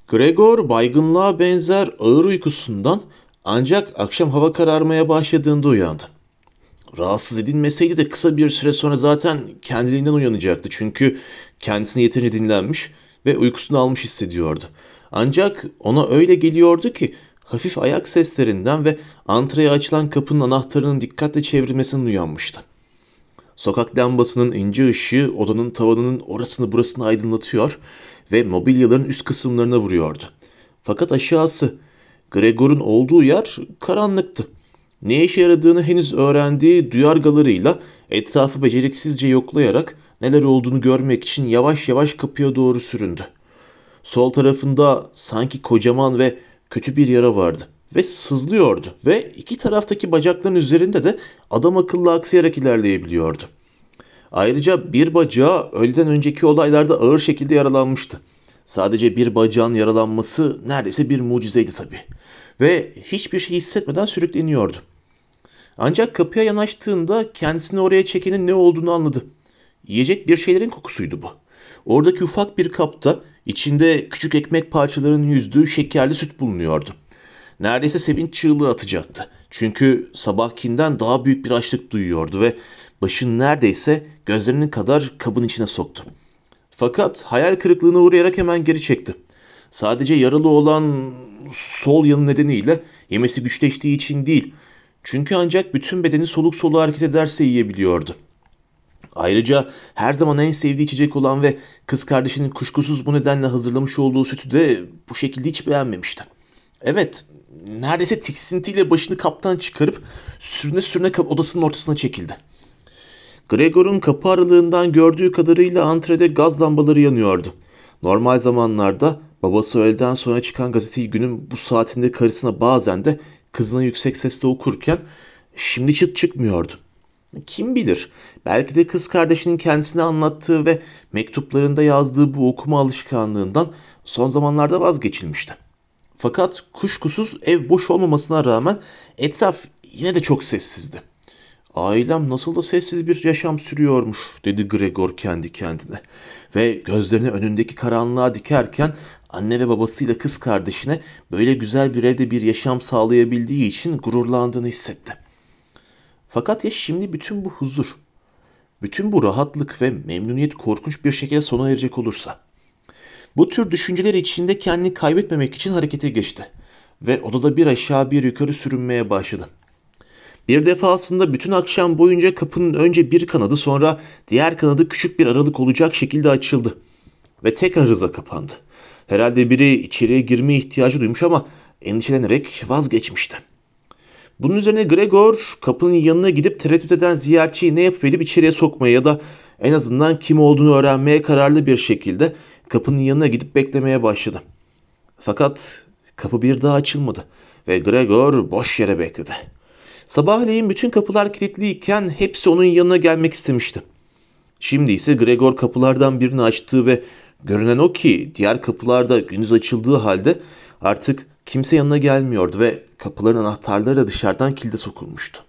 Gregor baygınlığa benzer ağır uykusundan ancak akşam hava kararmaya başladığında uyandı. Rahatsız edilmeseydi de kısa bir süre sonra zaten kendiliğinden uyanacaktı. Çünkü kendisini yeterince dinlenmiş ve uykusunu almış hissediyordu. Ancak ona öyle geliyordu ki hafif ayak seslerinden ve antreye açılan kapının anahtarının dikkatle çevrilmesinden uyanmıştı. Sokak lambasının ince ışığı odanın tavanının orasını burasını aydınlatıyor ve mobilyaların üst kısımlarına vuruyordu. Fakat aşağısı, Gregor'un olduğu yer karanlıktı. Ne işe yaradığını henüz öğrendiği duyargalarıyla etrafı beceriksizce yoklayarak neler olduğunu görmek için yavaş yavaş kapıya doğru süründü. Sol tarafında sanki kocaman ve kötü bir yara vardı ve sızlıyordu ve iki taraftaki bacakların üzerinde de adam akıllı aksayarak ilerleyebiliyordu. Ayrıca bir bacağı öğleden önceki olaylarda ağır şekilde yaralanmıştı. Sadece bir bacağın yaralanması neredeyse bir mucizeydi tabii. Ve hiçbir şey hissetmeden sürükleniyordu. Ancak kapıya yanaştığında kendisini oraya çekenin ne olduğunu anladı. Yiyecek bir şeylerin kokusuydu bu. Oradaki ufak bir kapta içinde küçük ekmek parçalarının yüzdüğü şekerli süt bulunuyordu. Neredeyse sevinç çığlığı atacaktı. Çünkü sabahkinden daha büyük bir açlık duyuyordu ve başını neredeyse gözlerinin kadar kabın içine soktu. Fakat hayal kırıklığına uğrayarak hemen geri çekti. Sadece yaralı olan sol yanı nedeniyle yemesi güçleştiği için değil. Çünkü ancak bütün bedeni soluk soluğa hareket ederse yiyebiliyordu. Ayrıca her zaman en sevdiği içecek olan ve kız kardeşinin kuşkusuz bu nedenle hazırlamış olduğu sütü de bu şekilde hiç beğenmemişti. Evet, neredeyse tiksintiyle başını kaptan çıkarıp sürüne sürüne odasının ortasına çekildi. Gregor'un kapı aralığından gördüğü kadarıyla antrede gaz lambaları yanıyordu. Normal zamanlarda babası öğleden sonra çıkan gazeteyi günün bu saatinde karısına bazen de kızına yüksek sesle okurken şimdi çıt çıkmıyordu. Kim bilir, belki de kız kardeşinin kendisine anlattığı ve mektuplarında yazdığı bu okuma alışkanlığından son zamanlarda vazgeçilmişti. Fakat kuşkusuz ev boş olmamasına rağmen etraf yine de çok sessizdi. Ailem nasıl da sessiz bir yaşam sürüyormuş, dedi Gregor kendi kendine. Ve gözlerini önündeki karanlığa dikerken anne ve babasıyla kız kardeşine böyle güzel bir evde bir yaşam sağlayabildiği için gururlandığını hissetti. Fakat ya şimdi bütün bu huzur, bütün bu rahatlık ve memnuniyet korkunç bir şekilde sona erecek olursa? Bu tür düşünceler içinde kendini kaybetmemek için harekete geçti ve odada bir aşağı bir yukarı sürünmeye başladı. Bir defasında bütün akşam boyunca kapının önce bir kanadı sonra diğer kanadı küçük bir aralık olacak şekilde açıldı ve tekrar hıza kapandı. Herhalde biri içeriye girme ihtiyacı duymuş ama endişelenerek vazgeçmişti. Bunun üzerine Gregor kapının yanına gidip tereddüt eden ziyaretçiyi ne yapıp edip içeriye sokmaya ya da en azından kim olduğunu öğrenmeye kararlı bir şekilde kapının yanına gidip beklemeye başladı. Fakat kapı bir daha açılmadı ve Gregor boş yere bekledi. Sabahleyin bütün kapılar kilitliyken hepsi onun yanına gelmek istemişti. Şimdi ise Gregor kapılardan birini açtığı ve görünen o ki diğer kapılar da gündüz açıldığı halde artık kimse yanına gelmiyordu ve kapıların anahtarları da dışarıdan kilide sokulmuştu.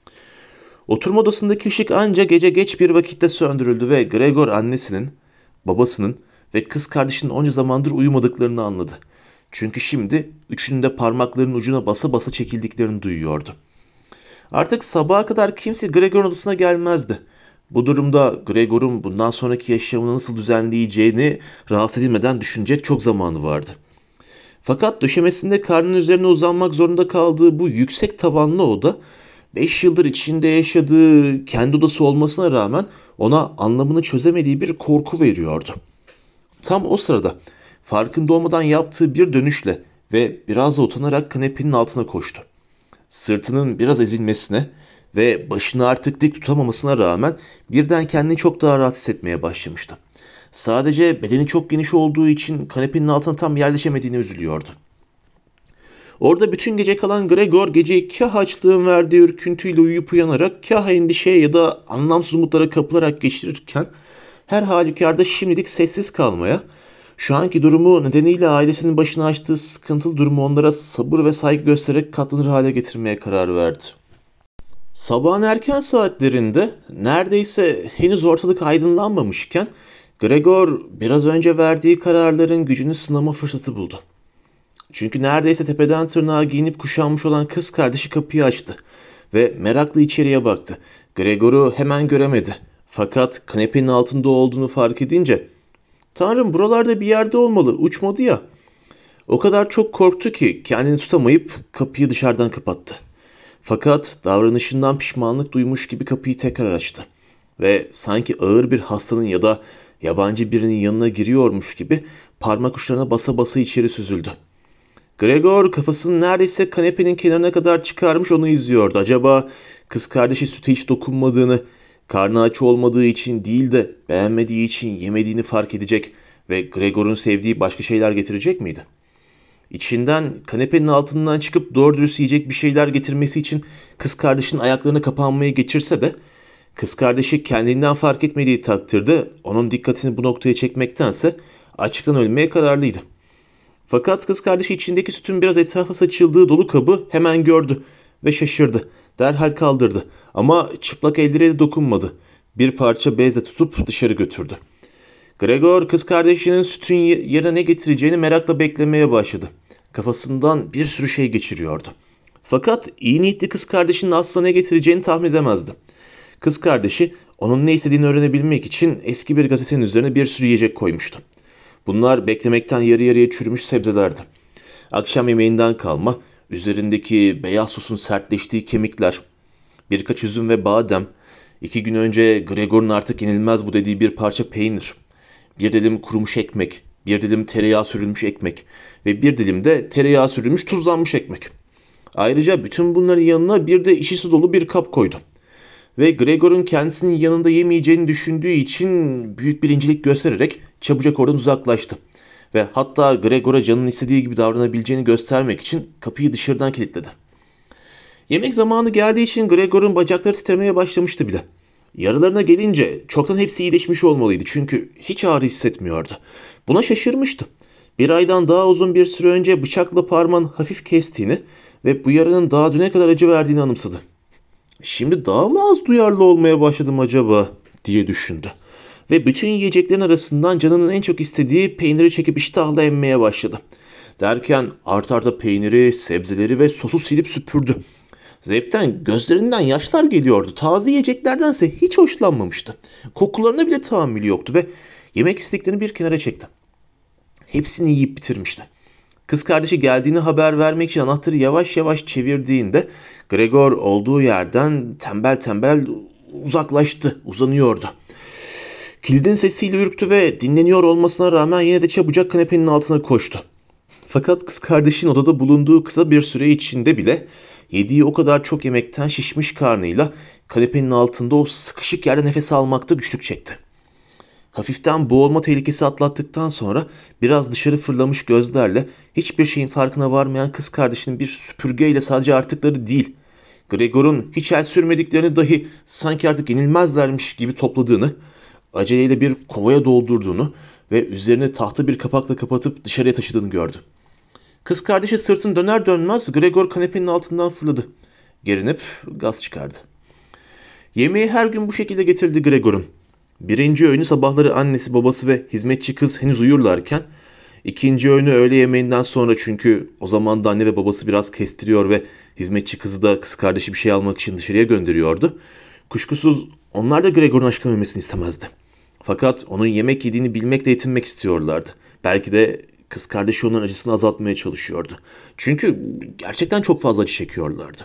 Oturma odasındaki ışık ancak gece geç bir vakitte söndürüldü ve Gregor annesinin, babasının ve kız kardeşinin onca zamandır uyumadıklarını anladı. Çünkü şimdi üçünün de parmaklarının ucuna basa basa çekildiklerini duyuyordu. Artık sabaha kadar kimse Gregor'un odasına gelmezdi. Bu durumda Gregor'un bundan sonraki yaşamını nasıl düzenleyeceğini rahatsız edilmeden düşünecek çok zamanı vardı. Fakat döşemesinde karnının üzerine uzanmak zorunda kaldığı bu yüksek tavanlı oda 5 yıldır içinde yaşadığı kendi odası olmasına rağmen ona anlamını çözemediği bir korku veriyordu. Tam o sırada farkında olmadan yaptığı bir dönüşle ve biraz da utanarak kanepenin altına koştu. Sırtının biraz ezilmesine ve başını artık dik tutamamasına rağmen birden kendini çok daha rahat hissetmeye başlamıştı. Sadece bedeni çok geniş olduğu için kanepenin altına tam yerleşemediğine üzülüyordu. Orada bütün gece kalan Gregor geceyi kah açlığın verdiği ürküntüyle uyuyup uyanarak kah endişeye ya da anlamsız umutlara kapılarak geçirirken her halükarda şimdilik sessiz kalmaya, şu anki durumu nedeniyle ailesinin başına açtığı sıkıntılı durumu onlara sabır ve saygı göstererek katlanır hale getirmeye karar verdi. Sabahın erken saatlerinde neredeyse henüz ortalık aydınlanmamışken Gregor biraz önce verdiği kararların gücünü sınama fırsatı buldu. Çünkü neredeyse tepeden tırnağa giyinip kuşanmış olan kız kardeşi kapıyı açtı ve merakla içeriye baktı. Gregor'u hemen göremedi. Fakat kanepenin altında olduğunu fark edince "Tanrım, buralarda bir yerde olmalı, uçmadı ya." O kadar çok korktu ki kendini tutamayıp kapıyı dışarıdan kapattı. Fakat davranışından pişmanlık duymuş gibi kapıyı tekrar açtı. Ve sanki ağır bir hastanın ya da yabancı birinin yanına giriyormuş gibi parmak uçlarına basa basa içeri süzüldü. Gregor kafasını neredeyse kanepenin kenarına kadar çıkarmış onu izliyordu. Acaba kız kardeşi süte hiç dokunmadığını, karnı aç olmadığı için değil de beğenmediği için yemediğini fark edecek ve Gregor'un sevdiği başka şeyler getirecek miydi? İçinden kanepenin altından çıkıp doğru dürüst yiyecek bir şeyler getirmesi için kız kardeşinin ayaklarına kapanmayı geçirse de kız kardeşi kendinden fark etmediği takdirde onun dikkatini bu noktaya çekmektense açlıktan ölmeye kararlıydı. Fakat kız kardeşi içindeki sütün biraz etrafa saçıldığı dolu kabı hemen gördü ve şaşırdı. Derhal kaldırdı ama çıplak elleriyle dokunmadı. Bir parça bezle tutup dışarı götürdü. Gregor kız kardeşinin sütün yerine ne getireceğini merakla beklemeye başladı. Kafasından bir sürü şey geçiriyordu. Fakat iyi niyetli kız kardeşinin aslında ne getireceğini tahmin edemezdi. Kız kardeşi onun ne istediğini öğrenebilmek için eski bir gazetenin üzerine bir sürü yiyecek koymuştu. Bunlar beklemekten yarı yarıya çürümüş sebzelerdi. Akşam yemeğinden kalma, üzerindeki beyaz sosun sertleştiği kemikler, birkaç üzüm ve badem, 2 gün önce Gregor'un artık yenilmez bu dediği bir parça peynir, bir dilim kurumuş ekmek, bir dilim tereyağı sürülmüş ekmek ve bir dilim de tereyağı sürülmüş tuzlanmış ekmek. Ayrıca bütün bunların yanına bir de içi su dolu bir kap koydu. Ve Gregor'un kendisinin yanında yemeyeceğini düşündüğü için büyük bir incelik göstererek çabucak oradan uzaklaştı. Ve hatta Gregor'a canının istediği gibi davranabileceğini göstermek için kapıyı dışarıdan kilitledi. Yemek zamanı geldiği için Gregor'un bacakları titremeye başlamıştı bile. Yaralarına gelince çoktan hepsi iyileşmiş olmalıydı çünkü hiç ağrı hissetmiyordu. Buna şaşırmıştı. 1 aydan daha uzun bir süre önce bıçakla parmağını hafif kestiğini ve bu yaranın daha düne kadar acı verdiğini anımsadı. "Şimdi daha mı az duyarlı olmaya başladım acaba?" diye düşündü. Ve bütün yiyeceklerin arasından canının en çok istediği peyniri çekip iştahla emmeye başladı. Derken art arda peyniri, sebzeleri ve sosu silip süpürdü. Zevkten gözlerinden yaşlar geliyordu. Taze yiyeceklerdense hiç hoşlanmamıştı. Kokularına bile tahammülü yoktu ve yemek istediklerini bir kenara çekti. Hepsini yiyip bitirmişti. Kız kardeşi geldiğini haber vermek için anahtarı yavaş yavaş çevirdiğinde Gregor olduğu yerden tembel tembel uzanıyordu. Kilidin sesiyle ürktü ve dinleniyor olmasına rağmen yine de çabucak kanepenin altına koştu. Fakat kız kardeşin odada bulunduğu kısa bir süre içinde bile yediği o kadar çok yemekten şişmiş karnıyla kanepenin altında o sıkışık yerde nefes almakta güçlük çekti. Hafiften boğulma tehlikesi atlattıktan sonra biraz dışarı fırlamış gözlerle hiçbir şeyin farkına varmayan kız kardeşinin bir süpürgeyle sadece artıkları değil, Gregor'un hiç el sürmediklerini dahi sanki artık yenilmezlermiş gibi topladığını, aceleyle bir kovaya doldurduğunu ve üzerini tahta bir kapakla kapatıp dışarıya taşıdığını gördü. Kız kardeşi sırtını döner dönmez Gregor kanepenin altından fırladı. Gerinip gaz çıkardı. Yemeği her gün bu şekilde getirdi Gregor'un. Birinci öğünü sabahları annesi, babası ve hizmetçi kız henüz uyurlarken, ikinci öğünü öğle yemeğinden sonra çünkü o zaman da anne ve babası biraz kestiriyor ve hizmetçi kızı da kız kardeşi bir şey almak için dışarıya gönderiyordu. Kuşkusuz onlar da Gregor'un aşkına ölmesini istemezdi. Fakat onun yemek yediğini bilmekle yetinmek istiyorlardı. Belki de kız kardeşi onların acısını azaltmaya çalışıyordu. Çünkü gerçekten çok fazla acı çekiyorlardı.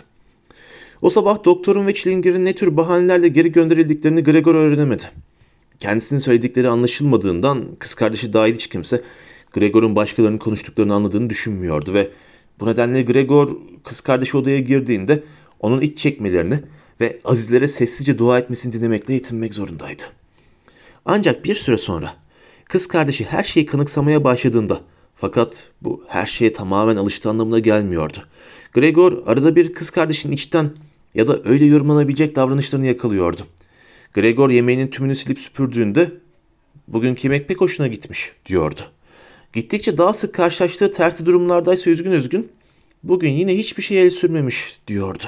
O sabah doktorun ve çilingir'in ne tür bahanelerle geri gönderildiklerini Gregor öğrenemedi. Kendisinin söyledikleri anlaşılmadığından kız kardeşi dahil hiç kimse Gregor'un başkalarının konuştuklarını anladığını düşünmüyordu ve bu nedenle Gregor kız kardeşi odaya girdiğinde onun iç çekmelerini ve azizlere sessizce dua etmesini dinlemekle yetinmek zorundaydı. Ancak bir süre sonra kız kardeşi her şeyi kanıksamaya başladığında, fakat bu her şeye tamamen alıştığı anlamına gelmiyordu. Gregor arada bir kız kardeşinin içten ya da öyle yorumlanabilecek davranışlarını yakalıyordu. Gregor yemeğinin tümünü silip süpürdüğünde "Bugünkü yemek pek hoşuna gitmiş," diyordu. Gittikçe daha sık karşılaştığı tersi durumlardaysa üzgün üzgün "Bugün yine hiçbir şey el sürmemiş," diyordu.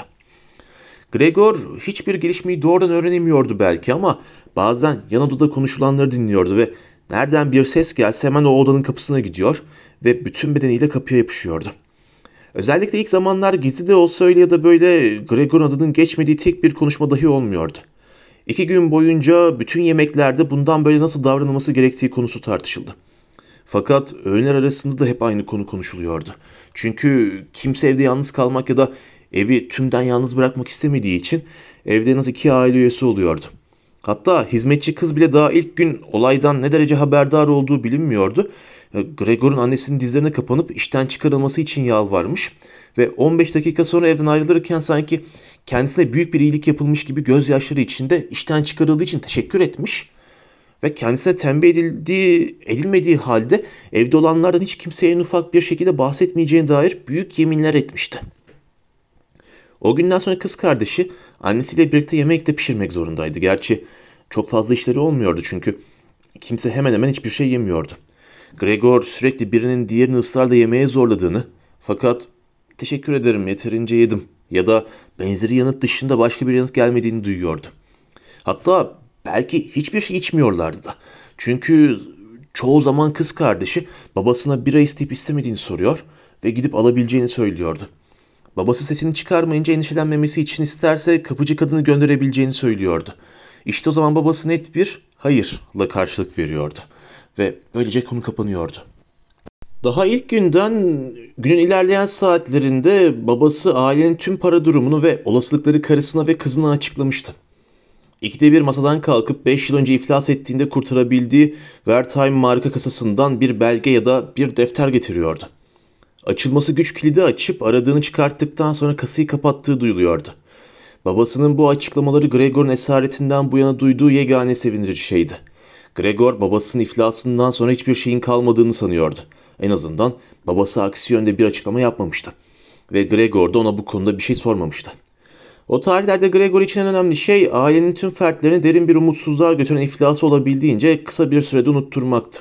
Gregor hiçbir gelişmeyi doğrudan öğrenemiyordu belki ama bazen yan odada konuşulanları dinliyordu ve Nereden bir ses gelse hemen o odanın kapısına gidiyor ve bütün bedeniyle kapıya yapışıyordu. Özellikle ilk zamanlar gizli de olsa öyle ya da böyle Gregor'un adının geçmediği tek bir konuşma dahi olmuyordu. 2 gün boyunca bütün yemeklerde bundan böyle nasıl davranılması gerektiği konusu tartışıldı. Fakat öğünler arasında da hep aynı konu konuşuluyordu. Çünkü kimse evde yalnız kalmak ya da evi tümden yalnız bırakmak istemediği için evde en az 2 aile üyesi oluyordu. Hatta hizmetçi kız bile daha ilk gün olaydan ne derece haberdar olduğu bilinmiyordu. Gregor'un annesinin dizlerine kapanıp işten çıkarılması için yalvarmış ve 15 dakika sonra evden ayrılırken sanki kendisine büyük bir iyilik yapılmış gibi gözyaşları içinde işten çıkarıldığı için teşekkür etmiş ve kendisine tembih edilmediği halde evde olanlardan hiç kimseye en ufak bir şekilde bahsetmeyeceğine dair büyük yeminler etmişti. O günden sonra kız kardeşi annesiyle birlikte yemek de pişirmek zorundaydı. Gerçi çok fazla işleri olmuyordu çünkü kimse hemen hemen hiçbir şey yemiyordu. Gregor sürekli birinin diğerini ısrarla yemeye zorladığını, fakat teşekkür ederim yeterince yedim ya da benzeri yanıt dışında başka bir yanıt gelmediğini duyuyordu. Hatta belki hiçbir şey içmiyorlardı da. Çünkü çoğu zaman kız kardeşi babasına bira isteyip istemediğini soruyor ve gidip alabileceğini söylüyordu. Babası sesini çıkarmayınca endişelenmemesi için isterse kapıcı kadını gönderebileceğini söylüyordu. İşte o zaman babası net bir hayırla karşılık veriyordu ve böylece konu kapanıyordu. Daha ilk günün ilerleyen saatlerinde babası ailenin tüm para durumunu ve olasılıkları karısına ve kızına açıklamıştı. İkide bir masadan kalkıp 5 yıl önce iflas ettiğinde kurtarabildiği Wertheim marka kasasından bir belge ya da bir defter getiriyordu. Açılması güç kilidi açıp aradığını çıkarttıktan sonra kasayı kapattığı duyuluyordu. Babasının bu açıklamaları Gregor'un esaretinden bu yana duyduğu yegane sevindirici şeydi. Gregor babasının iflasından sonra hiçbir şeyin kalmadığını sanıyordu. En azından babası aksi yönde bir açıklama yapmamıştı. Ve Gregor da ona bu konuda bir şey sormamıştı. O tarihlerde Gregor için en önemli şey ailenin tüm fertlerini derin bir umutsuzluğa götüren iflası olabildiğince kısa bir sürede unutturmaktı.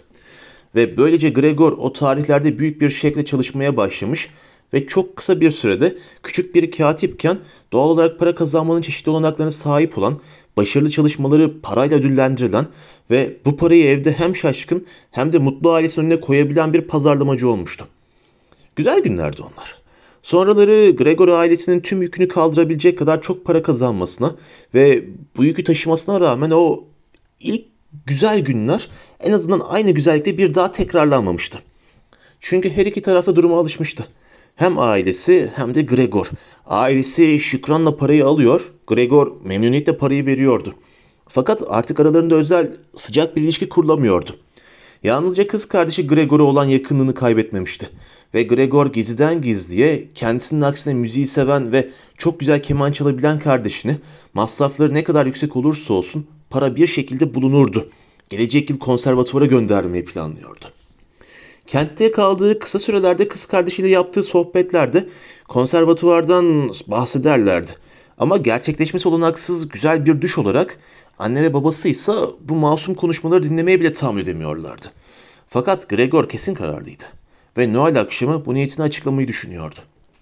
Ve böylece Gregor o tarihlerde büyük bir şekilde çalışmaya başlamış ve çok kısa bir sürede küçük bir katipken doğal olarak para kazanmanın çeşitli olanaklarına sahip olan, başarılı çalışmaları parayla ödüllendirilen ve bu parayı evde hem şaşkın hem de mutlu ailesinin önüne koyabilen bir pazarlamacı olmuştu. Güzel günlerdi onlar. Sonraları Gregor ailesinin tüm yükünü kaldırabilecek kadar çok para kazanmasına ve bu yükü taşımasına rağmen o ilk güzel günler en azından aynı güzellikte bir daha tekrarlanmamıştı. Çünkü her iki tarafta duruma alışmıştı. Hem ailesi hem de Gregor. Ailesi şükranla parayı alıyor, Gregor memnuniyetle parayı veriyordu. Fakat artık aralarında özel, sıcak bir ilişki kurulamıyordu. Yalnızca kız kardeşi Gregor'a olan yakınlığını kaybetmemişti. Ve Gregor gizliden gizliye kendisinin aksine müziği seven ve çok güzel keman çalabilen kardeşini masrafları ne kadar yüksek olursa olsun para bir şekilde bulunurdu. Gelecek yıl konservatuvara göndermeyi planlıyordu. Kentte kaldığı kısa sürelerde kız kardeşiyle yaptığı sohbetlerde konservatuvardan bahsederlerdi. Ama gerçekleşmesi olanaksız güzel bir düş olarak anne ve babası ise bu masum konuşmaları dinlemeye bile tahammül edemiyorlardı. Fakat Gregor kesin kararlıydı ve Noel akşamı bu niyetini açıklamayı düşünüyordu.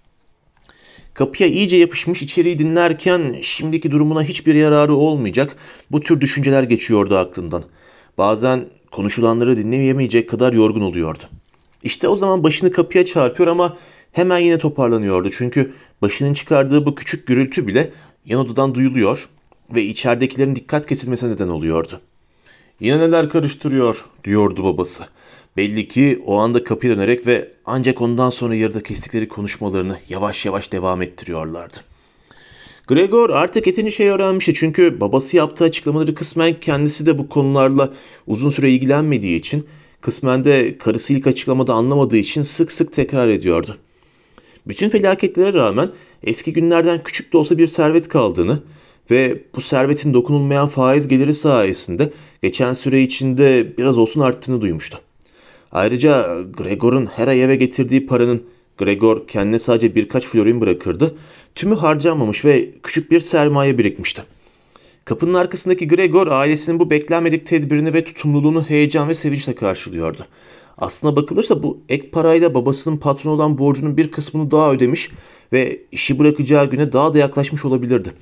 Kapıya iyice yapışmış içeriği dinlerken şimdiki durumuna hiçbir yararı olmayacak bu tür düşünceler geçiyordu aklından. Bazen konuşulanları dinleyemeyecek kadar yorgun oluyordu. İşte o zaman başını kapıya çarpıyor ama hemen yine toparlanıyordu. Çünkü başının çıkardığı bu küçük gürültü bile yan odadan duyuluyor ve içeridekilerin dikkat kesilmesine neden oluyordu. "Yine neler karıştırıyor?" diyordu babası. Belli ki o anda kapıya dönerek ve ancak ondan sonra yarıda kestikleri konuşmalarını yavaş yavaş devam ettiriyorlardı. Gregor artık yeterince şey öğrenmişti çünkü babası yaptığı açıklamaları kısmen kendisi de bu konularla uzun süre ilgilenmediği için, kısmen de karısı ilk açıklamada anlamadığı için sık sık tekrar ediyordu. Bütün felaketlere rağmen eski günlerden küçük de olsa bir servet kaldığını ve bu servetin dokunulmayan faiz geliri sayesinde geçen süre içinde biraz olsun arttığını duymuştu. Ayrıca Gregor'un her ay eve getirdiği paranın, Gregor kendine sadece birkaç florin bırakırdı, tümü harcanmamış ve küçük bir sermaye birikmişti. Kapının arkasındaki Gregor ailesinin bu beklenmedik tedbirini ve tutumluluğunu heyecan ve sevinçle karşılıyordu. Aslına bakılırsa bu ek parayla babasının patronu olan borcunun bir kısmını daha ödemiş ve işi bırakacağı güne daha da yaklaşmış olabilirdi.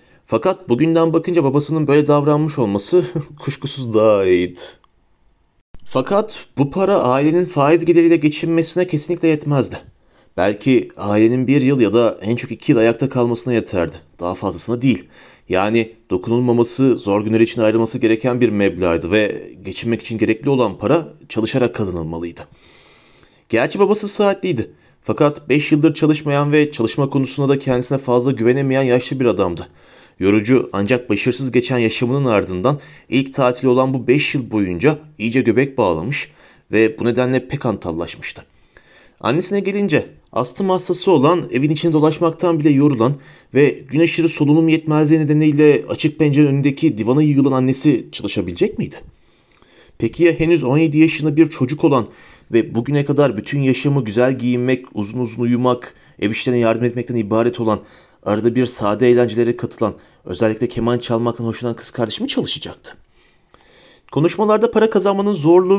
Fakat bugünden bakınca babasının böyle davranmış olması kuşkusuz daha iyiydi. Fakat bu para ailenin faiz geliriyle geçinmesine kesinlikle yetmezdi. Belki ailenin bir yıl ya da en çok 2 yıl ayakta kalmasına yeterdi. Daha fazlasına değil. Yani dokunulmaması, zor günler için ayrılması gereken bir meblağdı ve geçinmek için gerekli olan para çalışarak kazanılmalıydı. Gerçi babası saatliydi. Fakat 5 yıldır çalışmayan ve çalışma konusunda da kendisine fazla güvenemeyen yaşlı bir adamdı. Yorucu ancak başarısız geçen yaşamının ardından ilk tatili olan bu 5 yıl boyunca iyice göbek bağlamış ve bu nedenle pek antallaşmıştı. Annesine gelince astım hastası olan, evin içinde dolaşmaktan bile yorulan ve gün aşırı solunum yetmezliği nedeniyle açık pencerenin önündeki divana yığılan annesi çalışabilecek miydi? Peki ya henüz 17 yaşında bir çocuk olan ve bugüne kadar bütün yaşamı güzel giyinmek, uzun uzun uyumak, ev işlerine yardım etmekten ibaret olan, arada bir sade eğlencelere katılan, özellikle keman çalmaktan hoşlanan kız kardeşi mi çalışacaktı? Konuşmalarda para kazanmanın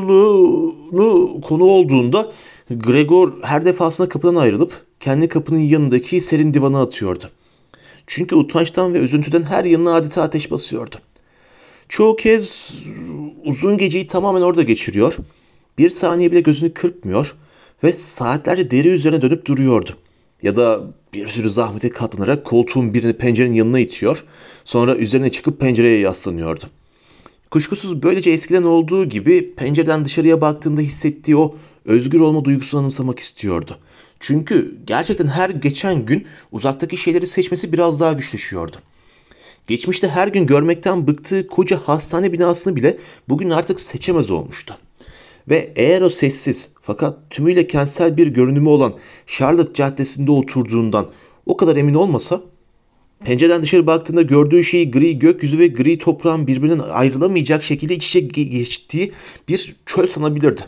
zorluğunu konu olduğunda Gregor her defasında kapıdan ayrılıp kendi kapının yanındaki serin divana atıyordu. Çünkü utançtan ve üzüntüden her yanına adeta ateş basıyordu. Çoğu kez uzun geceyi tamamen orada geçiriyor, bir saniye bile gözünü kırpmıyor ve saatlerce deri üzerine dönüp duruyordu. Ya da bir sürü zahmete katlanarak koltuğun birini pencerenin yanına itiyor, sonra üzerine çıkıp pencereye yaslanıyordu. Kuşkusuz böylece eskiden olduğu gibi pencereden dışarıya baktığında hissettiği o özgür olma duygusunu anımsamak istiyordu. Çünkü gerçekten her geçen gün uzaktaki şeyleri seçmesi biraz daha güçleşiyordu. Geçmişte her gün görmekten bıktığı koca hastane binasını bile bugün artık seçemez olmuştu. Ve eğer o sessiz fakat tümüyle kentsel bir görünümü olan Charlotte Caddesi'nde oturduğundan o kadar emin olmasa, pencereden dışarı baktığında gördüğü şeyi gri gökyüzü ve gri toprağın birbirinden ayrılamayacak şekilde iç içe geçtiği bir çöl sanabilirdi.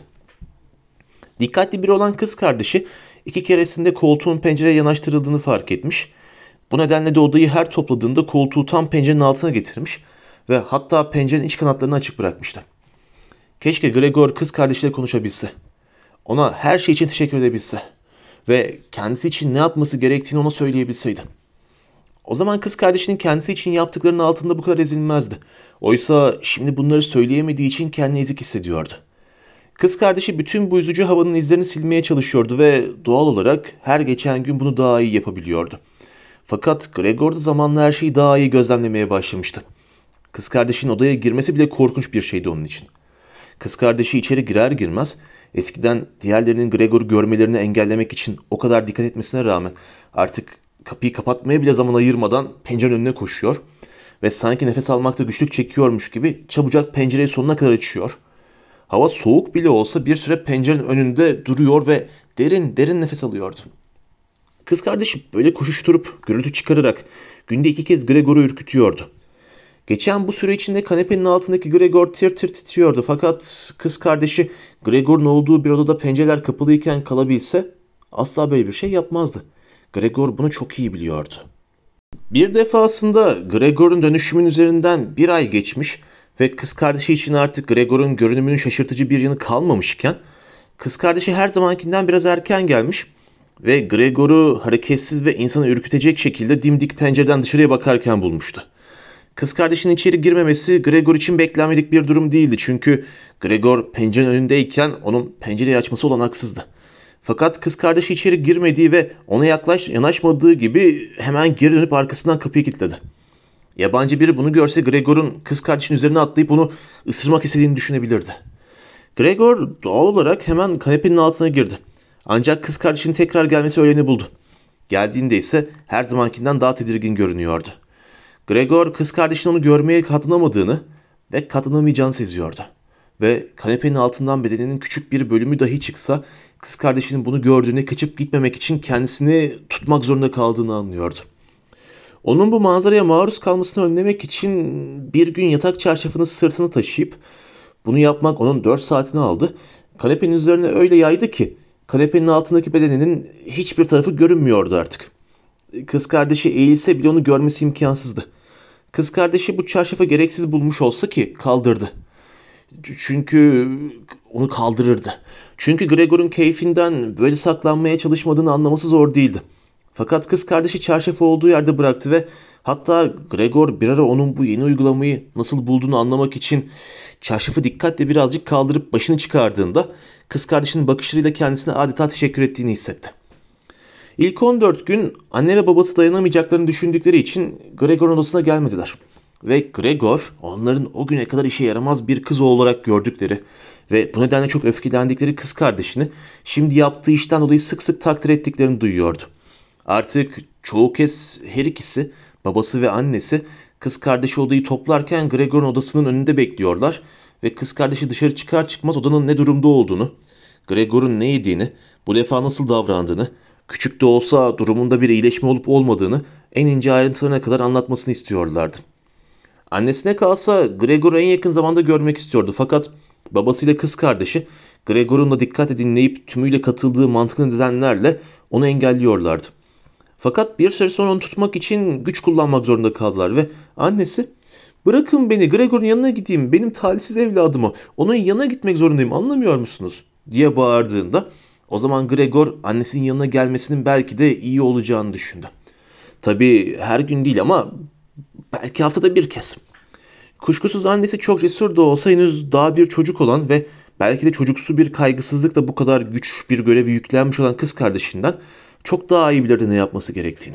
Dikkatli biri olan kız kardeşi 2 keresinde koltuğun pencereye yanaştırıldığını fark etmiş. Bu nedenle de odayı her topladığında koltuğu tam pencerenin altına getirmiş ve hatta pencerenin iç kanatlarını açık bırakmıştı. Keşke Gregor kız kardeşiyle konuşabilse. Ona her şey için teşekkür edebilse ve kendisi için ne yapması gerektiğini ona söyleyebilseydi. O zaman kız kardeşinin kendisi için yaptıklarının altında bu kadar ezilmezdi. Oysa şimdi bunları söyleyemediği için kendini ezik hissediyordu. Kız kardeşi bütün bu üzücü havanın izlerini silmeye çalışıyordu ve doğal olarak her geçen gün bunu daha iyi yapabiliyordu. Fakat Gregor da zamanla her şeyi daha iyi gözlemlemeye başlamıştı. Kız kardeşinin odaya girmesi bile korkunç bir şeydi onun için. Kız kardeşi içeri girer girmez eskiden diğerlerinin Gregor'u görmelerini engellemek için o kadar dikkat etmesine rağmen artık kapıyı kapatmaya bile zaman ayırmadan pencerenin önüne koşuyor ve sanki nefes almakta güçlük çekiyormuş gibi çabucak pencereyi sonuna kadar açıyor. Hava soğuk bile olsa bir süre pencerenin önünde duruyor ve derin derin nefes alıyordu. Kız kardeşi böyle koşuşturup gürültü çıkararak günde 2 kez Gregor'u ürkütüyordu. Geçen bu süre içinde kanepenin altındaki Gregor tir tir titriyordu fakat kız kardeşi Gregor'un olduğu bir odada pencereler kapalıyken kalabilse asla böyle bir şey yapmazdı. Gregor bunu çok iyi biliyordu. Bir defasında Gregor'un dönüşümün üzerinden 1 ay geçmiş ve kız kardeşi için artık Gregor'un görünümünün şaşırtıcı bir yanı kalmamışken kız kardeşi her zamankinden biraz erken gelmiş ve Gregor'u hareketsiz ve insanı ürkütecek şekilde dimdik pencereden dışarıya bakarken bulmuştu. Kız kardeşinin içeri girmemesi Gregor için beklenmedik bir durum değildi çünkü Gregor pencerenin önündeyken onun pencereyi açması olanaksızdı. Fakat kız kardeşi içeri girmediği ve ona yanaşmadığı gibi hemen geri dönüp arkasından kapıyı kilitledi. Yabancı biri bunu görse Gregor'un kız kardeşinin üzerine atlayıp onu ısırmak istediğini düşünebilirdi. Gregor doğal olarak hemen kanepenin altına girdi. Ancak kız kardeşinin tekrar gelmesi öğleni buldu. Geldiğinde ise her zamankinden daha tedirgin görünüyordu. Gregor kız kardeşinin onu görmeye katlanamadığını ve katlanamayacağını seziyordu. Ve kanepenin altından bedeninin küçük bir bölümü dahi çıksa kız kardeşinin bunu gördüğüne kaçıp gitmemek için kendisini tutmak zorunda kaldığını anlıyordu. Onun bu manzaraya maruz kalmasını önlemek için bir gün yatak çarşafını sırtına taşıyıp bunu yapmak onun 4 saatini aldı. Kanepenin üzerine öyle yaydı ki kanepenin altındaki bedeninin hiçbir tarafı görünmüyordu artık. Kız kardeşi eğilse bile onu görmesi imkansızdı. Kız kardeşi bu çarşafı gereksiz bulmuş olsa ki kaldırdı. Çünkü onu kaldırırdı. Çünkü Gregor'un keyfinden böyle saklanmaya çalışmadığını anlaması zor değildi. Fakat kız kardeşi çarşafı olduğu yerde bıraktı ve hatta Gregor bir ara onun bu yeni uygulamayı nasıl bulduğunu anlamak için çarşafı dikkatle birazcık kaldırıp başını çıkardığında kız kardeşinin bakışlarıyla kendisine adeta teşekkür ettiğini hissetti. İlk 14 gün anne ve babası dayanamayacaklarını düşündükleri için Gregor'un odasına gelmediler. Ve Gregor onların o güne kadar işe yaramaz bir kız olarak gördükleri ve bu nedenle çok öfkelendikleri kız kardeşini şimdi yaptığı işten dolayı sık sık takdir ettiklerini duyuyordu. Artık çoğu kez her ikisi, babası ve annesi kız kardeşi odayı toplarken Gregor'un odasının önünde bekliyorlar ve kız kardeşi dışarı çıkar çıkmaz odanın ne durumda olduğunu, Gregor'un ne yediğini, bu defa nasıl davrandığını, küçük de olsa durumunda bir iyileşme olup olmadığını en ince ayrıntılarına kadar anlatmasını istiyorlardı. Annesine kalsa Gregor'u en yakın zamanda görmek istiyordu fakat babasıyla kız kardeşi Gregor'un da dikkatle dinleyip tümüyle katıldığı mantıklı nedenlerle onu engelliyorlardı. Fakat bir süre sonra onu tutmak için güç kullanmak zorunda kaldılar ve annesi "Bırakın beni, Gregor'un yanına gideyim, benim talihsiz evladımı, onun yanına gitmek zorundayım, anlamıyor musunuz?" diye bağırdığında o zaman Gregor annesinin yanına gelmesinin belki de iyi olacağını düşündü. Tabii her gün değil ama belki haftada bir kez. Kuşkusuz annesi çok cesur da olsa henüz daha bir çocuk olan ve belki de çocuksu bir kaygısızlıkla bu kadar güç bir görevi yüklenmiş olan kız kardeşinden çok daha iyi bilirdi ne yapması gerektiğini.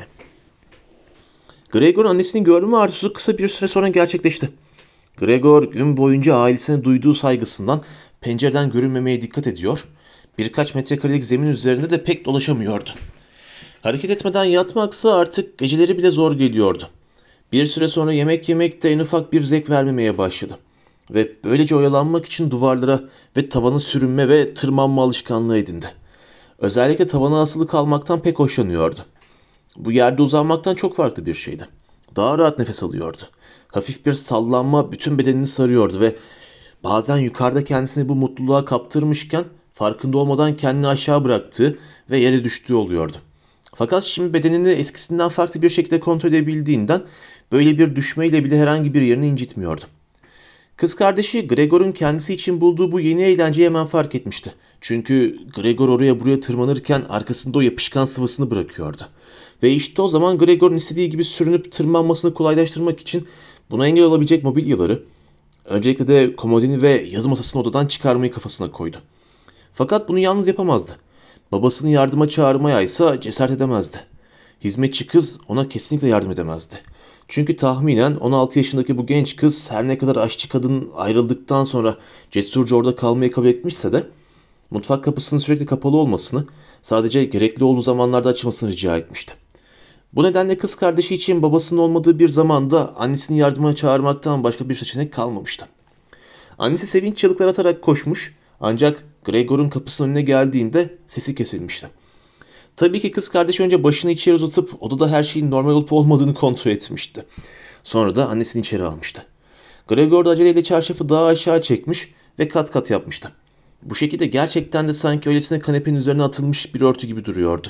Gregor'un annesini görme arzusu kısa bir süre sonra gerçekleşti. Gregor gün boyunca ailesine duyduğu saygısından pencereden görünmemeye dikkat ediyor, birkaç metrekarelik zemin üzerinde de pek dolaşamıyordu. Hareket etmeden yatmaksa artık geceleri bile zor geliyordu. Bir süre sonra yemek yemek de en ufak bir zevk vermemeye başladı. Ve böylece oyalanmak için duvarlara ve tavana sürünme ve tırmanma alışkanlığı edindi. Özellikle tavana asılı kalmaktan pek hoşlanıyordu. Bu yerde uzanmaktan çok farklı bir şeydi. Daha rahat nefes alıyordu. Hafif bir sallanma bütün bedenini sarıyordu ve bazen yukarıda kendisini bu mutluluğa kaptırmışken farkında olmadan kendini aşağı bıraktığı ve yere düştüğü oluyordu. Fakat şimdi bedenini eskisinden farklı bir şekilde kontrol edebildiğinden böyle bir düşmeyle bile herhangi bir yerini incitmiyordu. Kız kardeşi Gregor'un kendisi için bulduğu bu yeni eğlenceyi hemen fark etmişti. Çünkü Gregor oraya buraya tırmanırken arkasında o yapışkan sıvısını bırakıyordu. Ve işte o zaman Gregor'un istediği gibi sürünüp tırmanmasını kolaylaştırmak için buna engel olabilecek mobilyaları, öncelikle de komodini ve yazı masasını odadan çıkarmayı kafasına koydu. Fakat bunu yalnız yapamazdı. Babasını yardıma çağırmaya ise cesaret edemezdi. Hizmetçi kız ona kesinlikle yardım edemezdi. Çünkü tahminen 16 yaşındaki bu genç kız her ne kadar aşçı kadın ayrıldıktan sonra cesurca orada kalmayı kabul etmişse de mutfak kapısının sürekli kapalı olmasını, sadece gerekli olduğu zamanlarda açmasını rica etmişti. Bu nedenle kız kardeşi için babasının olmadığı bir zamanda annesini yardıma çağırmaktan başka bir seçenek kalmamıştı. Annesi sevinç çığlıklar atarak koşmuş ancak Gregor'un kapısının önüne geldiğinde sesi kesilmişti. Tabii ki kız kardeşi önce başını içeri uzatıp odada her şeyin normal olup olmadığını kontrol etmişti. Sonra da annesini içeri almıştı. Gregor da aceleyle çarşafı daha aşağı çekmiş ve kat kat yapmıştı. Bu şekilde gerçekten de sanki öylesine kanepenin üzerine atılmış bir örtü gibi duruyordu.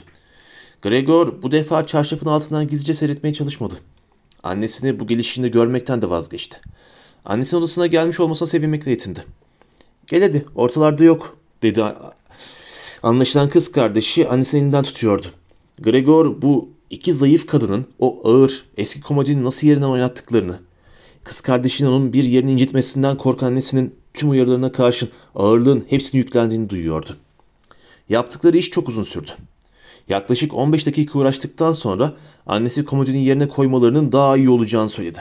Gregor bu defa çarşafın altından gizlice seyretmeye çalışmadı. Annesini bu gelişinde görmekten de vazgeçti. Annesinin odasına gelmiş olmasına sevinmekle yetindi. "Gel hadi, ortalarda yok," dedi. Anlaşılan kız kardeşi annesinin elinden tutuyordu. Gregor bu iki zayıf kadının o ağır eski komodini nasıl yerinden oynattıklarını, kız kardeşinin onun bir yerini incitmesinden korkan annesinin tüm uyarılarına karşın ağırlığın hepsini yüklendiğini duyuyordu. Yaptıkları iş çok uzun sürdü. Yaklaşık 15 dakika uğraştıktan sonra annesi komodini yerine koymalarının daha iyi olacağını söyledi.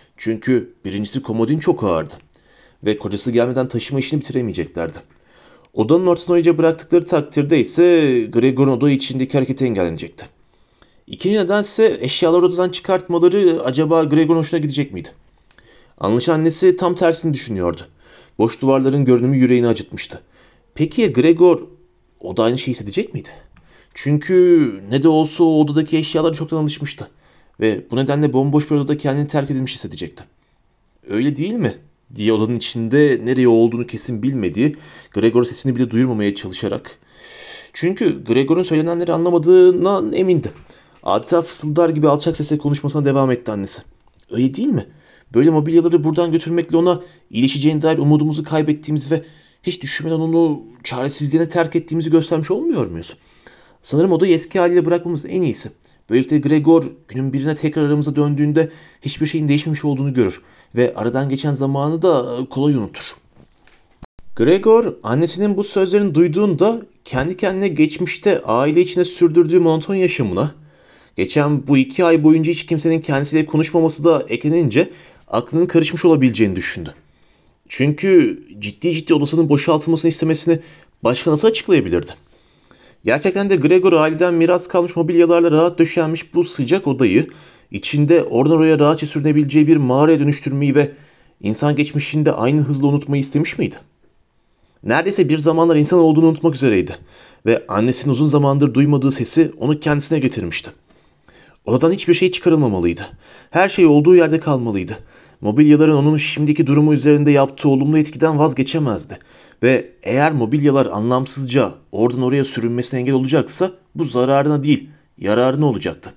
Çünkü birincisi komodin çok ağırdı ve kocası gelmeden taşıma işini bitiremeyeceklerdi. Odanın ortasına iyice bıraktıkları takdirde ise Gregor'un oda içindeki hareketi engellenecekti. İkinci nedense eşyaları odadan çıkartmaları acaba Gregor'un hoşuna gidecek miydi? Anlaşılan annesi tam tersini düşünüyordu. Boş duvarların görünümü yüreğini acıtmıştı. Peki ya Gregor o da aynı şeyi hissedecek miydi? Çünkü ne de olsa o odadaki eşyalara çoktan alışmıştı. Ve bu nedenle bomboş bir odada kendini terk edilmiş hissedecekti. Öyle değil mi? Diye odanın içinde nereye olduğunu kesin bilmediği Gregor sesini bile duyurmamaya çalışarak. Çünkü Gregor'un söylenenleri anlamadığından emindi. Adeta fısıldar gibi alçak sesle konuşmasına devam etti annesi. Öyle değil mi? Böyle mobilyaları buradan götürmekle ona iyileşeceğine dair umudumuzu kaybettiğimiz ve hiç düşünmeden onu çaresizliğine terk ettiğimizi göstermiş olmuyor muyuz? Sanırım odayı eski haliyle bırakmamız en iyisi. Böylelikle Gregor günün birine tekrar aramıza döndüğünde hiçbir şeyin değişmemiş olduğunu görür ve aradan geçen zamanı da kolay unutur. Gregor annesinin bu sözlerini duyduğunda kendi kendine geçmişte aile içinde sürdürdüğü monoton yaşamına, geçen bu 2 ay boyunca hiç kimsenin kendisiyle konuşmaması da eklenince aklının karışmış olabileceğini düşündü. Çünkü ciddi odasının boşaltılmasını istemesini başka nasıl açıklayabilirdi? Gerçekten de Gregor aileden miras kalmış mobilyalarla rahat döşenmiş bu sıcak odayı içinde oradan oraya rahatça sürünebileceği bir mağaraya dönüştürmeyi ve insan geçmişinde aynı hızla unutmayı istemiş miydi? Neredeyse bir zamanlar insan olduğunu unutmak üzereydi ve annesinin uzun zamandır duymadığı sesi onu kendisine getirmişti. Odadan hiçbir şey çıkarılmamalıydı. Her şey olduğu yerde kalmalıydı. Mobilyaların onun şimdiki durumu üzerinde yaptığı olumlu etkiden vazgeçemezdi. Ve eğer mobilyalar anlamsızca oradan oraya sürünmesine engel olacaksa bu zararına değil, yararına olacaktı.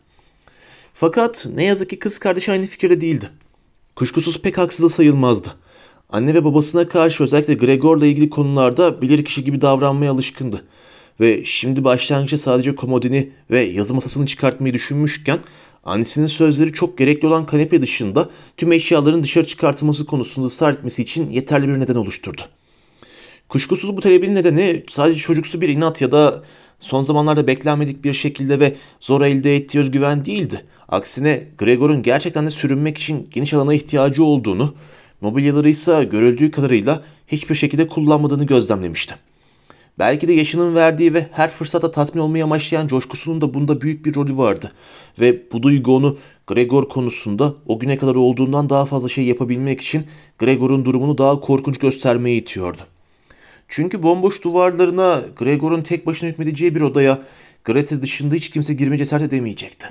Fakat ne yazık ki kız kardeşi aynı fikirde değildi. Kuşkusuz pek haksız da sayılmazdı. Anne ve babasına karşı özellikle Gregor'la ilgili konularda bilirkişi gibi davranmaya alışkındı. Ve şimdi başlangıçta sadece komodini ve yazı masasını çıkartmayı düşünmüşken annesinin sözleri çok gerekli olan kanepe dışında tüm eşyaların dışarı çıkartılması konusunda ısrar etmesi için yeterli bir neden oluşturdu. Kuşkusuz bu talebin nedeni sadece çocuksu bir inat ya da son zamanlarda beklenmedik bir şekilde ve zor elde ettiği özgüven değildi. Aksine Gregor'un gerçekten de sürünmek için geniş alana ihtiyacı olduğunu, mobilyaları ise görüldüğü kadarıyla hiçbir şekilde kullanmadığını gözlemlemişti. Belki de yaşının verdiği ve her fırsatta tatmin olmayı amaçlayan coşkusunun da bunda büyük bir rolü vardı. Ve bu duygu onu Gregor konusunda o güne kadar olduğundan daha fazla şey yapabilmek için Gregor'un durumunu daha korkunç göstermeye itiyordu. Çünkü bomboş duvarlarına, Gregor'un tek başına hükmedeceği bir odaya Grete dışında hiç kimse girmeye cesaret edemeyecekti.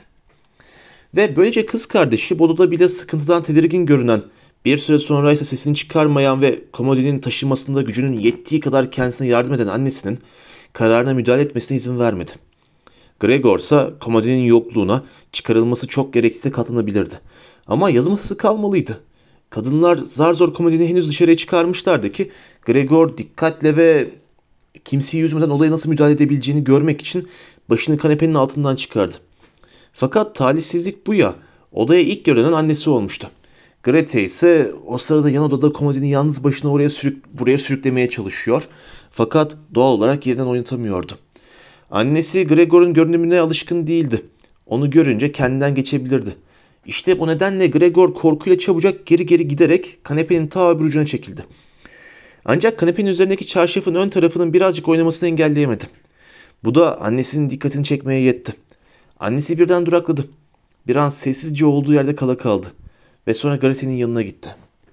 Ve böylece kız kardeşi bu odada bile sıkıntıdan tedirgin görünen, bir süre sonra ise sesini çıkarmayan ve komodinin taşınmasında gücünün yettiği kadar kendisine yardım eden annesinin kararına müdahale etmesine izin vermedi. Gregor ise komodinin yokluğuna çıkarılması çok gerekirse katlanabilirdi. Ama yazı masası kalmalıydı. Kadınlar zar zor komodini henüz dışarıya çıkarmışlardı ki Gregor dikkatle ve kimseyi üzmeden olaya nasıl müdahale edebileceğini görmek için başını kanepenin altından çıkardı. Fakat talihsizlik bu ya, odaya ilk görünen annesi olmuştu. Grete ise o sırada yan odada komodini yalnız başına buraya sürüklemeye çalışıyor. Fakat doğal olarak yerinden oynatamıyordu. Annesi Gregor'un görünümüne alışkın değildi. Onu görünce kendinden geçebilirdi. İşte bu nedenle Gregor korkuyla çabucak geri giderek kanepenin ta öbür ucuna çekildi. Ancak kanepenin üzerindeki çarşafın ön tarafının birazcık oynamasını engelleyemedi. Bu da annesinin dikkatini çekmeye yetti. Annesi birden durakladı. Bir an sessizce olduğu yerde kala kaldı. Ve sonra Grete'nin yanına gitti.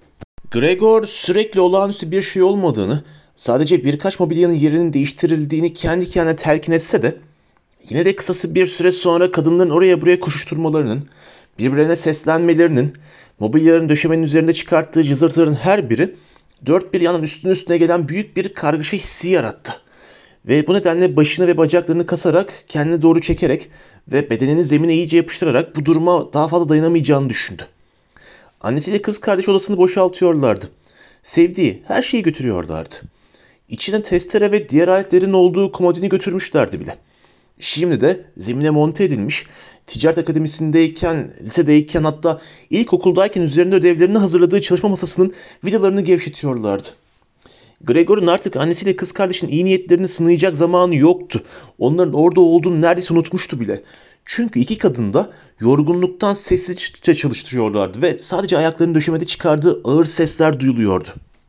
Gregor sürekli olağanüstü bir şey olmadığını, sadece birkaç mobilyanın yerinin değiştirildiğini kendi kendine telkin etse de, yine de kısası bir süre sonra kadınların oraya buraya koşuşturmalarının, birbirlerine seslenmelerinin, mobilyaların döşemenin üzerinde çıkarttığı cızırtıların her biri, dört bir yandan üstüne gelen büyük bir kargaşa hissi yarattı. Ve bu nedenle başını ve bacaklarını kasarak, kendine doğru çekerek ve bedenini zemine iyice yapıştırarak bu duruma daha fazla dayanamayacağını düşündü. Annesiyle kız kardeş odasını boşaltıyorlardı. Sevdiği her şeyi götürüyorlardı. İçine testere ve diğer aletlerin olduğu komodini götürmüşlerdi bile. Şimdi de zemine monte edilmiş, ticaret akademisindeyken, lisedeyken hatta ilkokuldayken üzerinde ödevlerini hazırladığı çalışma masasının vidalarını gevşetiyorlardı. Gregor'un artık annesiyle kız kardeşin iyi niyetlerini sınayacak zamanı yoktu. Onların orada olduğunu neredeyse unutmuştu bile. Çünkü iki kadın da yorgunluktan sessizce çalıştırıyorlardı ve sadece ayaklarının döşemede çıkardığı ağır sesler duyuluyordu.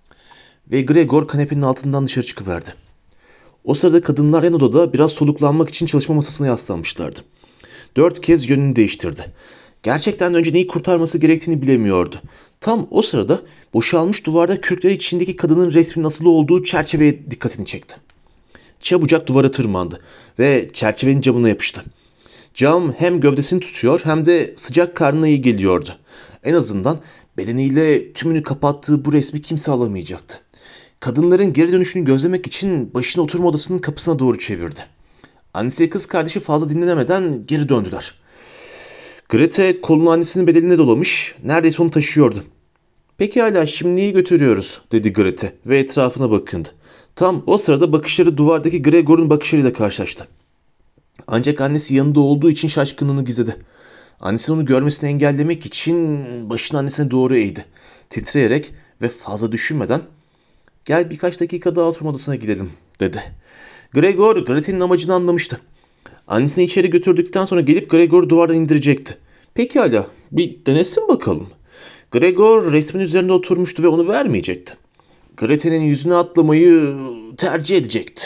Ve Gregor kanepenin altından dışarı çıkıverdi. O sırada kadınlar en odada biraz soluklanmak için çalışma masasına yaslanmışlardı. 4 kez yönünü değiştirdi. Gerçekten önce neyi kurtarması gerektiğini bilemiyordu. Tam o sırada boşalmış duvarda kürkler içindeki kadının resminin asılı olduğu çerçeveye dikkatini çekti. Çabucak duvara tırmandı ve çerçevenin camına yapıştı. Cam hem gövdesini tutuyor hem de sıcak karnına iyi geliyordu. En azından bedeniyle tümünü kapattığı bu resmi kimse alamayacaktı. Kadınların geri dönüşünü gözlemek için başını oturma odasının kapısına doğru çevirdi. Annesi ve kız kardeşi fazla dinlenemeden geri döndüler. Grete kolunu annesinin bedenine dolamış, neredeyse onu taşıyordu. "Pekala, şimdi neyi götürüyoruz?" dedi Grete ve etrafına bakındı. Tam o sırada bakışları duvardaki Gregor'un bakışlarıyla karşılaştı. Ancak annesi yanında olduğu için şaşkınlığını gizledi. Annesi onu görmesini engellemek için başını annesine doğru eğdi. Titreyerek ve fazla düşünmeden "Gel birkaç dakika daha oturma odasına gidelim," dedi. Gregor, Gretel'in amacını anlamıştı. Annesini içeri götürdükten sonra gelip Gregor'u duvardan indirecekti. Pekala, bir denesin bakalım. Gregor resmin üzerinde oturmuştu ve onu vermeyecekti. Gretel'in yüzüne atlamayı tercih edecekti.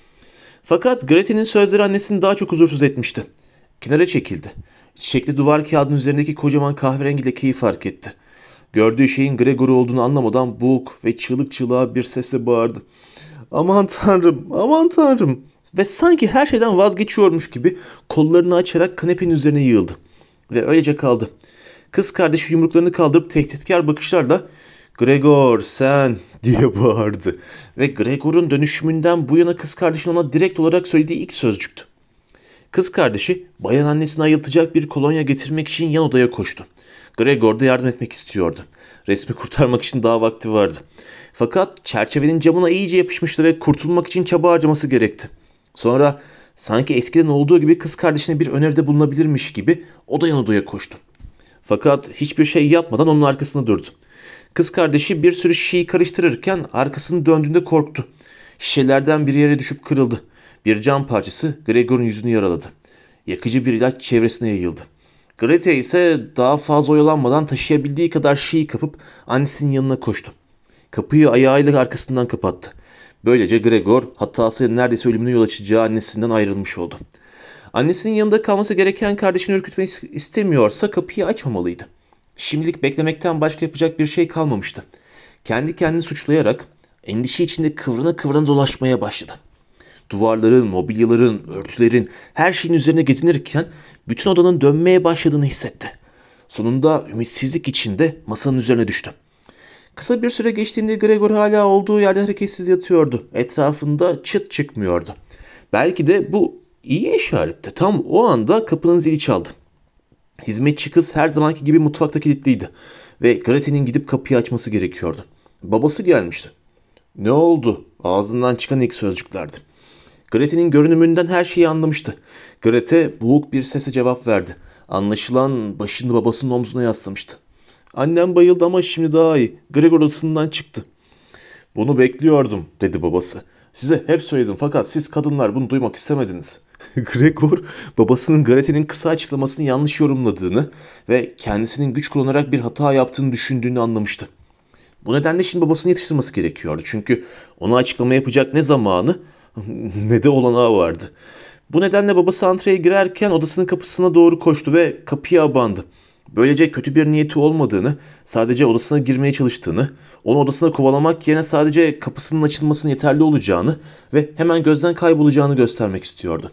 Fakat Gretel'in sözleri annesini daha çok huzursuz etmişti. Kenara çekildi. Çiçekli duvar kağıdının üzerindeki kocaman kahverengi lekeyi fark etti. Gördüğü şeyin Gregor olduğunu anlamadan boğuk ve çığlık çığlığa bir sesle bağırdı. "Aman tanrım, aman tanrım!" Ve sanki her şeyden vazgeçiyormuş gibi kollarını açarak kanepenin üzerine yığıldı. Ve öylece kaldı. Kız kardeşi yumruklarını kaldırıp tehditkar bakışlarla "Gregor, sen!" diye bağırdı. Ve Gregor'un dönüşümünden bu yana kız kardeşinin ona direkt olarak söylediği ilk sözcüktü. Kız kardeşi bayan annesini ayıltacak bir kolonya getirmek için yan odaya koştu. Gregor da yardım etmek istiyordu. Resmi kurtarmak için daha vakti vardı. Fakat çerçevenin camına iyice yapışmıştı ve kurtulmak için çaba harcaması gerekti. Sonra sanki eskiden olduğu gibi kız kardeşine bir öneride bulunabilirmiş gibi o da yan odaya koştu. Fakat hiçbir şey yapmadan onun arkasında durdu. Kız kardeşi bir sürü şişeyi karıştırırken arkasını döndüğünde korktu. Şişelerden bir yere düşüp kırıldı. Bir cam parçası Gregor'un yüzünü yaraladı. Yakıcı bir ilaç çevresine yayıldı. Grete ise daha fazla oyalanmadan taşıyabildiği kadar şişeyi kapıp annesinin yanına koştu. Kapıyı ayağıyla arkasından kapattı. Böylece Gregor hatası neredeyse ölümüne yol açacağı annesinden ayrılmış oldu. Annesinin yanında kalması gereken kardeşini ürkütmeyi istemiyorsa kapıyı açmamalıydı. Şimdilik beklemekten başka yapacak bir şey kalmamıştı. Kendi kendini suçlayarak endişe içinde kıvrına kıvrına dolaşmaya başladı. Duvarların, mobilyaların, örtülerin, her şeyin üzerine gezinirken bütün odanın dönmeye başladığını hissetti. Sonunda ümitsizlik içinde masanın üzerine düştü. Kısa bir süre geçtiğinde Gregor hala olduğu yerde hareketsiz yatıyordu. Etrafında çıt çıkmıyordu. Belki de bu iyi işaretti. Tam o anda kapının zili çaldı. Hizmetçi kız her zamanki gibi mutfakta kilitliydi ve Grete'nin gidip kapıyı açması gerekiyordu. Babası gelmişti. "Ne oldu?" ağzından çıkan ilk sözcüklerdi. Grete'nin görünümünden her şeyi anlamıştı. Grete boğuk bir sesle cevap verdi. Anlaşılan başını babasının omzuna yaslamıştı. "Annem bayıldı ama şimdi daha iyi. Gregor odasından çıktı." "Bunu bekliyordum," dedi babası. "Size hep söyledim fakat siz kadınlar bunu duymak istemediniz." Gregor, babasının Grete'nin kısa açıklamasını yanlış yorumladığını ve kendisinin güç kullanarak bir hata yaptığını düşündüğünü anlamıştı. Bu nedenle şimdi babasını yetiştirmesi gerekiyordu. Çünkü ona açıklama yapacak ne zamanı ne de olanağı vardı. Bu nedenle babası antreye girerken odasının kapısına doğru koştu ve kapıya abandı. Böylece kötü bir niyeti olmadığını, sadece odasına girmeye çalıştığını, onu odasına kovalamak yerine sadece kapısının açılmasının yeterli olacağını ve hemen gözden kaybolacağını göstermek istiyordu.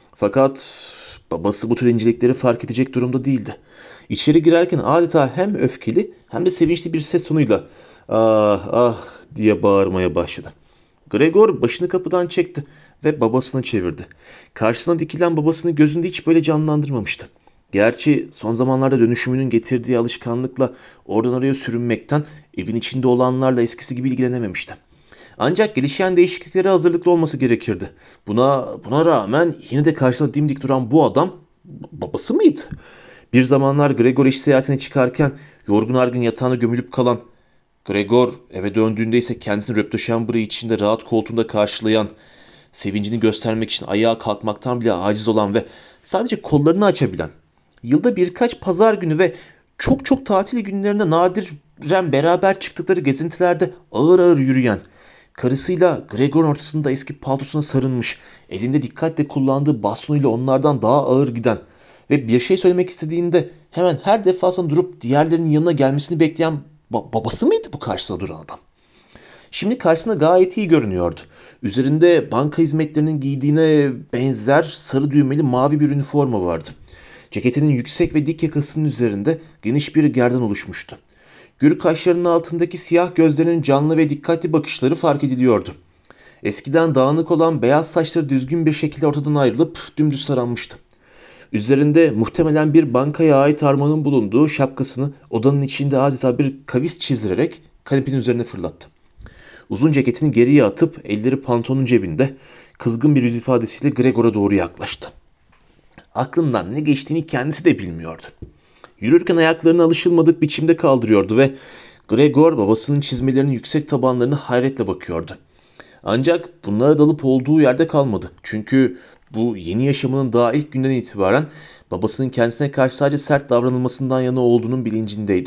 Fakat babası bu tür incelikleri fark edecek durumda değildi. İçeri girerken adeta hem öfkeli hem de sevinçli bir ses tonuyla "Ah ah" diye bağırmaya başladı. Gregor başını kapıdan çekti ve babasına çevirdi. Karşısına dikilen babasını gözünde hiç böyle canlandırmamıştı. Gerçi son zamanlarda dönüşümünün getirdiği alışkanlıkla oradan oraya sürünmekten evin içinde olanlarla eskisi gibi ilgilenememişti. Ancak gelişen değişikliklere hazırlıklı olması gerekirdi. Buna rağmen yine de karşısında dimdik duran bu adam babası mıydı? Bir zamanlar Gregor iş seyahatine çıkarken yorgun argın yatağına gömülüp kalan, Gregor eve döndüğünde ise kendisini röpteşambırı içinde rahat koltuğunda karşılayan, sevincini göstermek için ayağa kalkmaktan bile aciz olan ve sadece kollarını açabilen, yılda birkaç pazar günü ve çok çok tatil günlerinde nadiren beraber çıktıkları gezintilerde ağır ağır yürüyen, karısıyla Gregor'un ortasında eski paltosuna sarılmış, elinde dikkatle kullandığı bastonuyla onlardan daha ağır giden ve bir şey söylemek istediğinde hemen her defasında durup diğerlerinin yanına gelmesini bekleyen babası mıydı bu karşısına duran adam? Şimdi karşısında gayet iyi görünüyordu. Üzerinde banka hizmetlerinin giydiğine benzer sarı düğmeli mavi bir üniforma vardı. Ceketinin yüksek ve dik yakasının üzerinde geniş bir gerdan oluşmuştu. Gür kaşlarının altındaki siyah gözlerinin canlı ve dikkatli bakışları fark ediliyordu. Eskiden dağınık olan beyaz saçları düzgün bir şekilde ortadan ayrılıp dümdüz taranmıştı. Üzerinde muhtemelen bir bankaya ait armağanın bulunduğu şapkasını odanın içinde adeta bir kavis çizdirerek kanepenin üzerine fırlattı. Uzun ceketini geriye atıp elleri pantolonun cebinde kızgın bir yüz ifadesiyle Gregor'a doğru yaklaştı. aklından ne geçtiğini kendisi de bilmiyordu. Yürürken ayaklarını alışılmadık biçimde kaldırıyordu ve Gregor babasının çizmelerinin yüksek tabanlarına hayretle bakıyordu. Ancak bunlara dalıp olduğu yerde kalmadı. Çünkü bu yeni yaşamının daha ilk günden itibaren babasının kendisine karşı sadece sert davranılmasından yana olduğunun bilincindeydi.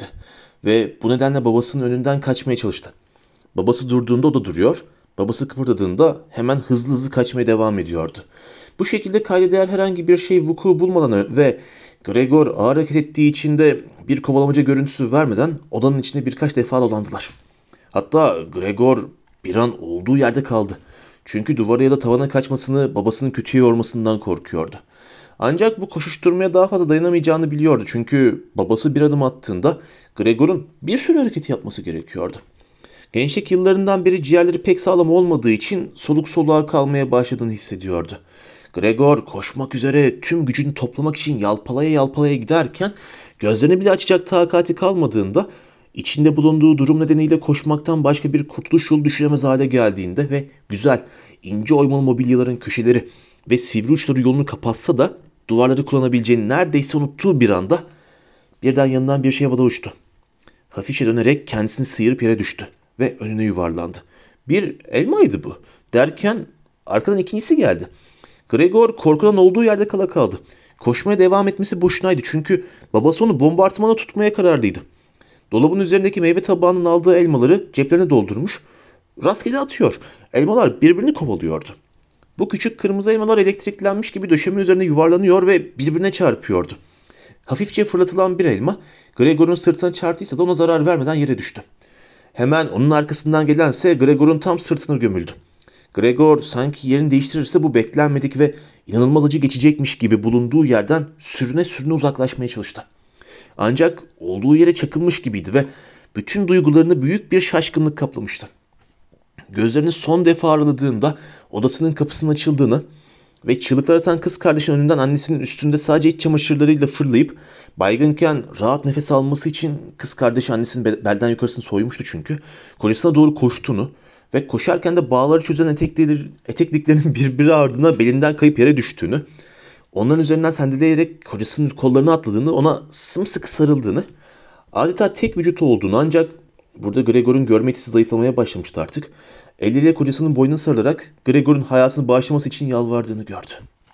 Ve bu nedenle babasının önünden kaçmaya çalıştı. Babası durduğunda o da duruyor, babası kıpırdadığında hemen hızlı hızlı kaçmaya devam ediyordu. Bu şekilde kayda değer herhangi bir şey vuku bulmadan ve Gregor ağır hareket ettiği için de bir kovalamaca görüntüsü vermeden odanın içinde birkaç defa dolandılar. Hatta Gregor bir an olduğu yerde kaldı. Çünkü duvara ya da tavana kaçmasını babasının kötüye yormasından korkuyordu. Ancak bu koşuşturmaya daha fazla dayanamayacağını biliyordu. Çünkü babası bir adım attığında Gregor'un bir sürü hareketi yapması gerekiyordu. Gençlik yıllarından beri ciğerleri pek sağlam olmadığı için soluk soluğa kalmaya başladığını hissediyordu. Gregor koşmak üzere tüm gücünü toplamak için yalpalaya yalpalaya giderken gözlerini bile açacak takati kalmadığında içinde bulunduğu durum nedeniyle koşmaktan başka bir kurtuluş yolu düşünemez hale geldiğinde ve güzel, ince oymalı mobilyaların köşeleri ve sivri uçları yolunu kapatsa da duvarları kullanabileceğini neredeyse unuttuğu bir anda birden yanından bir şey havada uçtu. Hafifçe dönerek kendisini sıyırıp yere düştü ve önüne yuvarlandı. Bir elmaydı bu. Derken arkadan ikincisi geldi. Gregor korkudan olduğu yerde kala kaldı. Koşmaya devam etmesi boşunaydı çünkü babası onu bombardımana tutmaya kararlıydı. Dolabın üzerindeki meyve tabağının aldığı elmaları ceplerine doldurmuş, rastgele atıyor. Elmalar birbirini kovalıyordu. Bu küçük kırmızı elmalar elektriklenmiş gibi döşeme üzerine yuvarlanıyor ve birbirine çarpıyordu. Hafifçe fırlatılan bir elma Gregor'un sırtına çarptıysa da ona zarar vermeden yere düştü. Hemen onun arkasından gelense Gregor'un tam sırtına gömüldü. Gregor sanki yerini değiştirirse bu beklenmedik ve inanılmaz acı geçecekmiş gibi bulunduğu yerden sürüne sürüne uzaklaşmaya çalıştı. Ancak olduğu yere çakılmış gibiydi ve bütün duygularını büyük bir şaşkınlık kaplamıştı. Gözlerini son defa araladığında odasının kapısının açıldığını ve çığlıklar atan kız kardeşin önünden annesinin üstünde sadece iç çamaşırlarıyla fırlayıp baygınken rahat nefes alması için kız kardeşi annesinin belden yukarısını soymuştu çünkü kocasına doğru koştuğunu ve koşarken de bağları çözen etekliklerinin birbiri ardına belinden kayıp yere düştüğünü, onların üzerinden sendeleyerek kocasının kollarına atladığını, ona sımsıkı sarıldığını, adeta tek vücut olduğunu ancak burada Gregor'un görme yetisi zayıflamaya başlamıştı artık. Elleriyle kocasının boynuna sarılarak Gregor'un hayatını bağışlaması için yalvardığını gördü.